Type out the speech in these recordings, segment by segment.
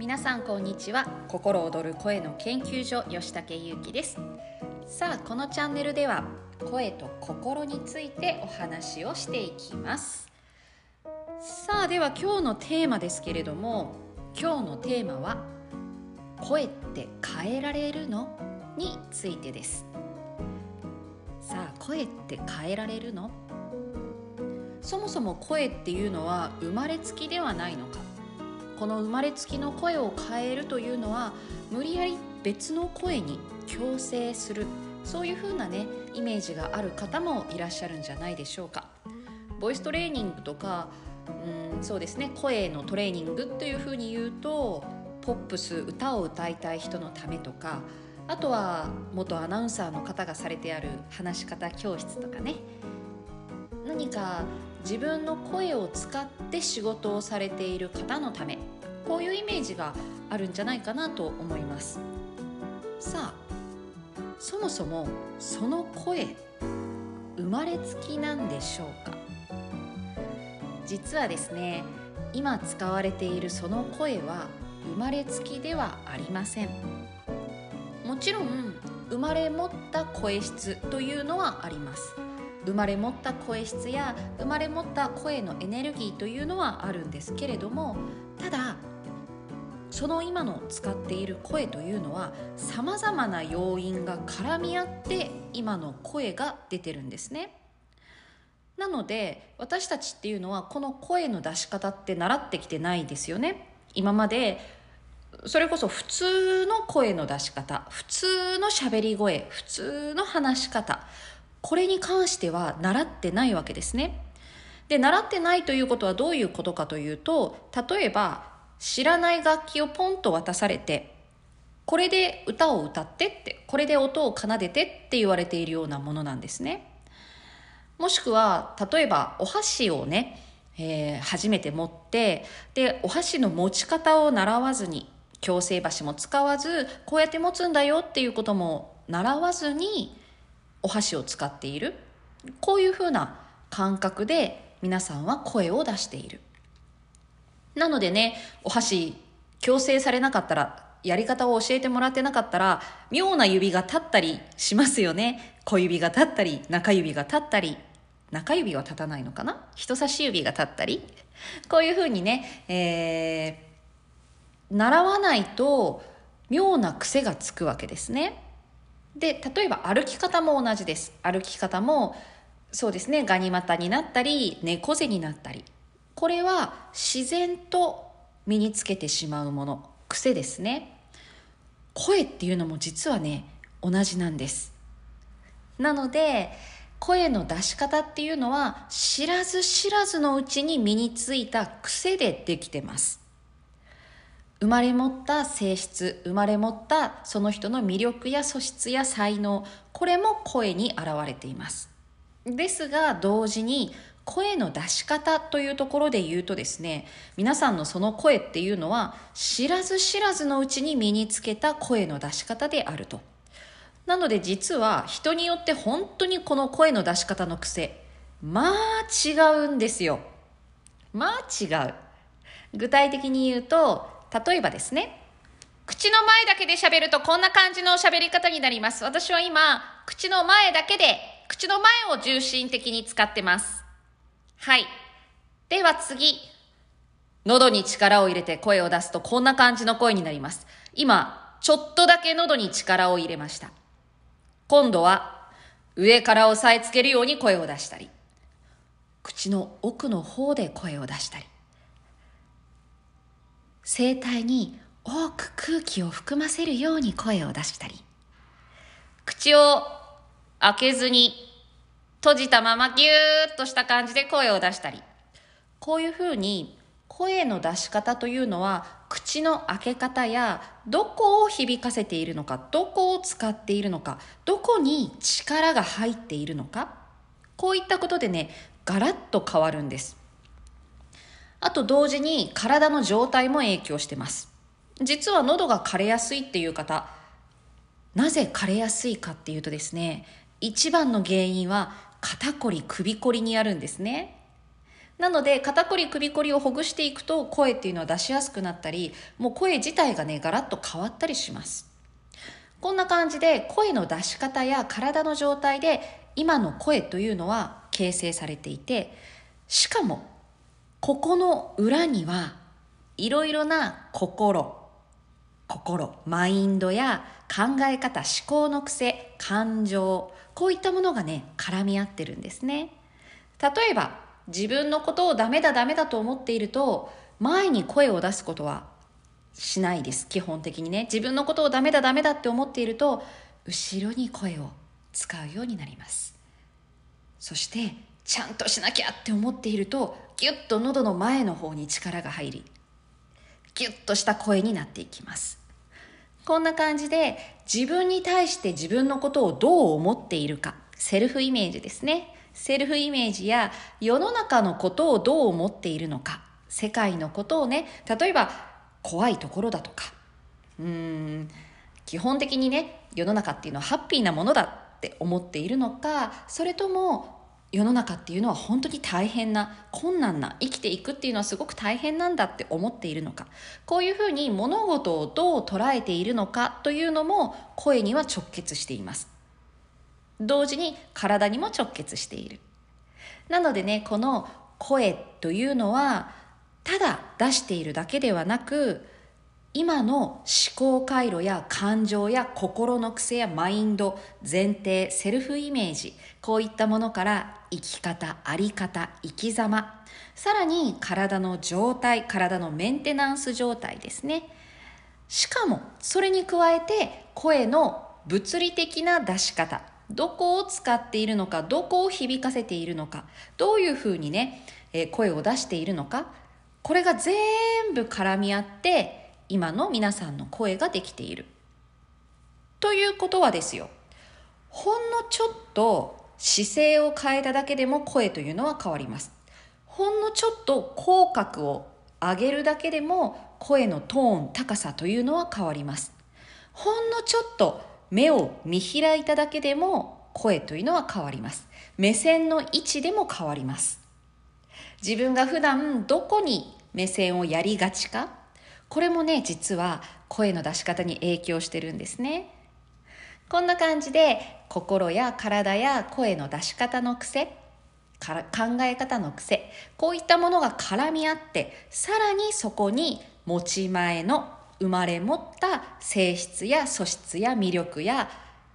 皆さんこんにちは。心躍る声の研究所吉武優希です。さあ、このチャンネルでは声と心についてお話をしていきます。さあ、では今日のテーマですけれども、今日のテーマは声って変えられるのについてです。さあ、声って変えられるの？そもそも声っていうのは生まれつきではないのか。この生まれつきの声を変えるというのは無理やり別の声に矯正する、そういう風なねイメージがある方もいらっしゃるんじゃないでしょうか。ボイストレーニングとかそうですね、声のトレーニングという風に言うと、ポップス、歌を歌いたい人のためとか、あとは元アナウンサーの方がされてある話し方教室とかね、何か自分の声を使って仕事をされている方のため、こういうイメージがあるんじゃないかなと思います。さあ、そもそもその声、生まれつきなんでしょうか。実はですね、今使われているその声は生まれつきではありません。もちろん生まれ持った声質というのはあります。生まれ持った声質や生まれ持った声のエネルギーというのはあるんですけれども、ただその今の使っている声というのはさまざまな要因が絡み合って今の声が出てるんですね。なので私たちっていうのはこの声の出し方って習ってきてないですよね。今までそれこそ普通の声の出し方、普通の喋り声、普通の話し方、これに関しては習ってないわけですね。で、習ってないということはどういうことかというと、例えば知らない楽器をポンと渡されて、これで歌を歌ってって、これで音を奏でてって言われているようなものなんですね。もしくは例えばお箸をね、初めて持って、でお箸の持ち方を習わずに、矯正箸も使わずこうやって持つんだよっていうことも習わずにお箸を使っている、こういうふうな感覚で皆さんは声を出している。なのでね、お箸矯正されなかったら、やり方を教えてもらってなかったら、妙な指が立ったりしますよね。小指が立ったり、中指が立ったり、中指は立たないのかな、人差し指が立ったり、こういうふうにね、習わないと妙な癖がつくわけですね。で、例えば歩き方も同じです。歩き方もそうですね、ガニ股になったり猫背になったり、これは自然と身につけてしまうもの、癖ですね。声っていうのも実はね、同じなんです。なので声の出し方っていうのは知らず知らずのうちに身についた癖でできてます。生まれ持った性質、生まれ持ったその人の魅力や素質や才能、これも声に現れています。ですが同時に声の出し方というところで言うとですね、皆さんのその声っていうのは知らず知らずのうちに身につけた声の出し方であると。なので実は人によって本当にこの声の出し方の癖、まあ違うんですよ。まあ違う。具体的に言うと、例えばですね、口の前だけで喋るとこんな感じの喋り方になります。私は今口の前だけで、口の前を重心的に使ってます。はい。では次、喉に力を入れて声を出すとこんな感じの声になります。今ちょっとだけ喉に力を入れました。今度は上から押さえつけるように声を出したり、口の奥の方で声を出したり、声帯に多く空気を含ませるように声を出したり、口を開けずに閉じたままギューッとした感じで声を出したり、こういうふうに声の出し方というのは口の開け方やどこを響かせているのか、どこを使っているのか、どこに力が入っているのか、こういったことでね、ガラッと変わるんです。あと同時に体の状態も影響してます。実は喉が枯れやすいっていう方、なぜ枯れやすいかっていうとですね、一番の原因は肩こり、首こりにあるんですね。 なので肩こり首こりをほぐしていくと声っていうのは出しやすくなったり、もう声自体がねガラッと変わったりします。こんな感じで声の出し方や体の状態で今の声というのは形成されていて、しかもここの裏にはいろいろな心、マインドや考え方、思考の癖、感情、こういったものがね絡み合ってるんですね。例えば自分のことをダメだと思っていると前に声を出すことはしないです。基本的にね、自分のことをダメだって思っていると後ろに声を使うようになります。そしてちゃんとしなきゃって思っているとギュッと喉の前の方に力が入り、ギュッとした声になっていきます。こんな感じで自分に対して自分のことをどう思っているか、セルフイメージですね。セルフイメージや世の中のことをどう思っているのか、世界のことをね、例えば怖いところだとか、基本的にね世の中っていうのはハッピーなものだって思っているのか、それとも世の中っていうのは本当に大変な、困難な、生きていくっていうのはすごく大変なんだって思っているのか、こういうふうに物事をどう捉えているのかというのも声には直結しています。同時に体にも直結している。なのでね、この声というのはただ出しているだけではなく、今の思考回路や感情や心の癖やマインド、前提、セルフイメージ、こういったものから生き方、あり方、生き様、さらに体の状態、体のメンテナンス状態ですね。しかもそれに加えて声の物理的な出し方、どこを使っているのか、どこを響かせているのか、どういうふうにね、声を出しているのか、これが全部絡み合って今の皆さんの声ができているということはですよ、ほんのちょっと姿勢を変えただけでも声というのは変わります。ほんのちょっと口角を上げるだけでも声のトーン、高さというのは変わります。ほんのちょっと目を見開いただけでも声というのは変わります。目線の位置でも変わります。自分が普段どこに目線をやりがちか、これもね実は声の出し方に影響してるんですね。こんな感じで心や体や声の出し方の癖、考え方の癖、こういったものが絡み合って、さらにそこに持ち前の生まれ持った性質や素質や魅力や、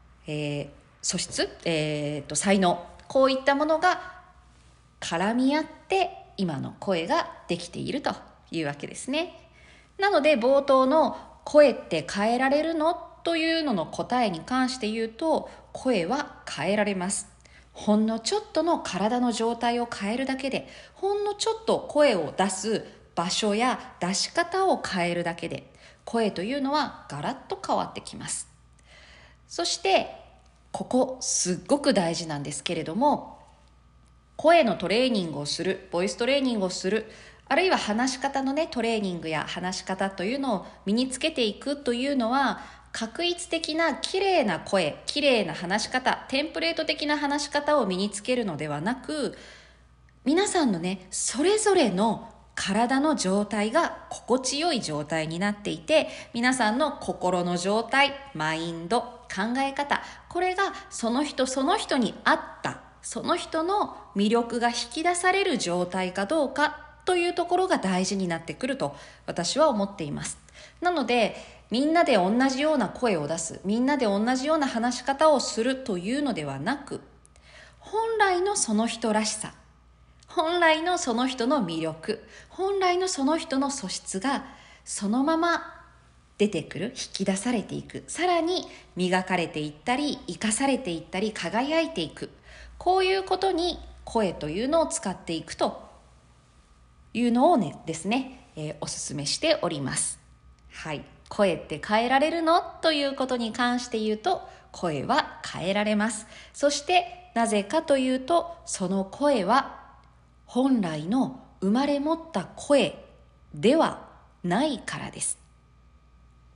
才能、こういったものが絡み合って今の声ができているというわけですね。なので冒頭の声って変えられるのというのの答えに関して言うと、声は変えられます。ほんのちょっとの体の状態を変えるだけで、ほんのちょっと声を出す場所や出し方を変えるだけで、声というのはガラッと変わってきます。そしてここすっごく大事なんですけれども、声のトレーニングをする、ボイストレーニングをする、あるいは話し方のねトレーニングや話し方というのを身につけていくというのは、画一的な綺麗な声、綺麗な話し方、テンプレート的な話し方を身につけるのではなく、皆さんのねそれぞれの体の状態が心地よい状態になっていて、皆さんの心の状態、マインド、考え方、これがその人その人に合った、その人の魅力が引き出される状態かどうかというところが大事になってくると私は思っています。なのでみんなで同じような声を出す、みんなで同じような話し方をするというのではなく、本来のその人らしさ、本来のその人の魅力、本来のその人の素質がそのまま出てくる、引き出されていく、さらに磨かれていったり生かされていったり輝いていく、こういうことに声というのを使っていくというのをですね、お勧めしております。はい、声って変えられるのということに関して言うと、声は変えられます。そしてなぜかというと、その声は本来の生まれ持った声ではないからです。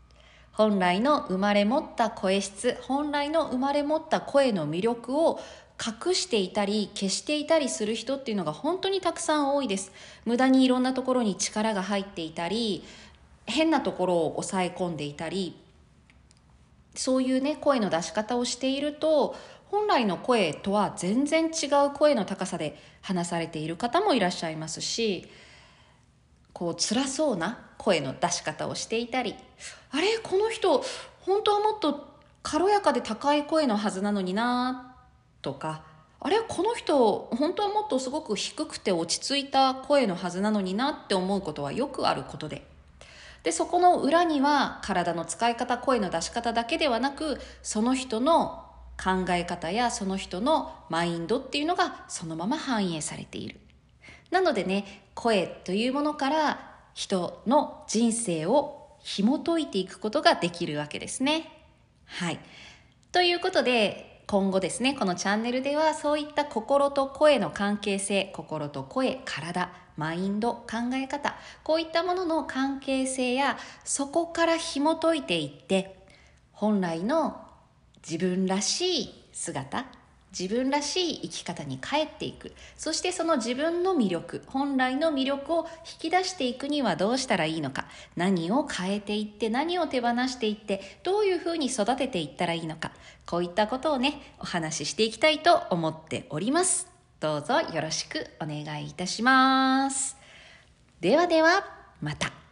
本来の生まれ持った声質、本来の生まれ持った声の魅力を隠していたり消していたりする人っていうのが本当にたくさん多いです。無駄にいろんなところに力が入っていたり、変なところを抑え込んでいたり、そういうね声の出し方をしていると、本来の声とは全然違う声の高さで話されている方もいらっしゃいますし、辛そうな声の出し方をしていたり、あれこの人本当はもっと軽やかで高い声のはずなのになとか、あれこの人本当はもっとすごく低くて落ち着いた声のはずなのになって思うことはよくあることで、そこの裏には体の使い方、声の出し方だけではなく、その人の考え方やその人のマインドっていうのがそのまま反映されている。なのでね、声というものから人の人生を紐解いていくことができるわけですね。はい。ということで、今後ですね、このチャンネルではそういった心と声の関係性、心と声、体、マインド、考え方、こういったものの関係性や、そこから紐解いていって、本来の自分らしい姿、自分らしい生き方に帰っていく。そしてその自分の魅力、本来の魅力を引き出していくにはどうしたらいいのか、何を変えていって何を手放していって、どういうふうに育てていったらいいのか、こういったことをねお話ししていきたいと思っております。どうぞよろしくお願いいたします。ではではまた。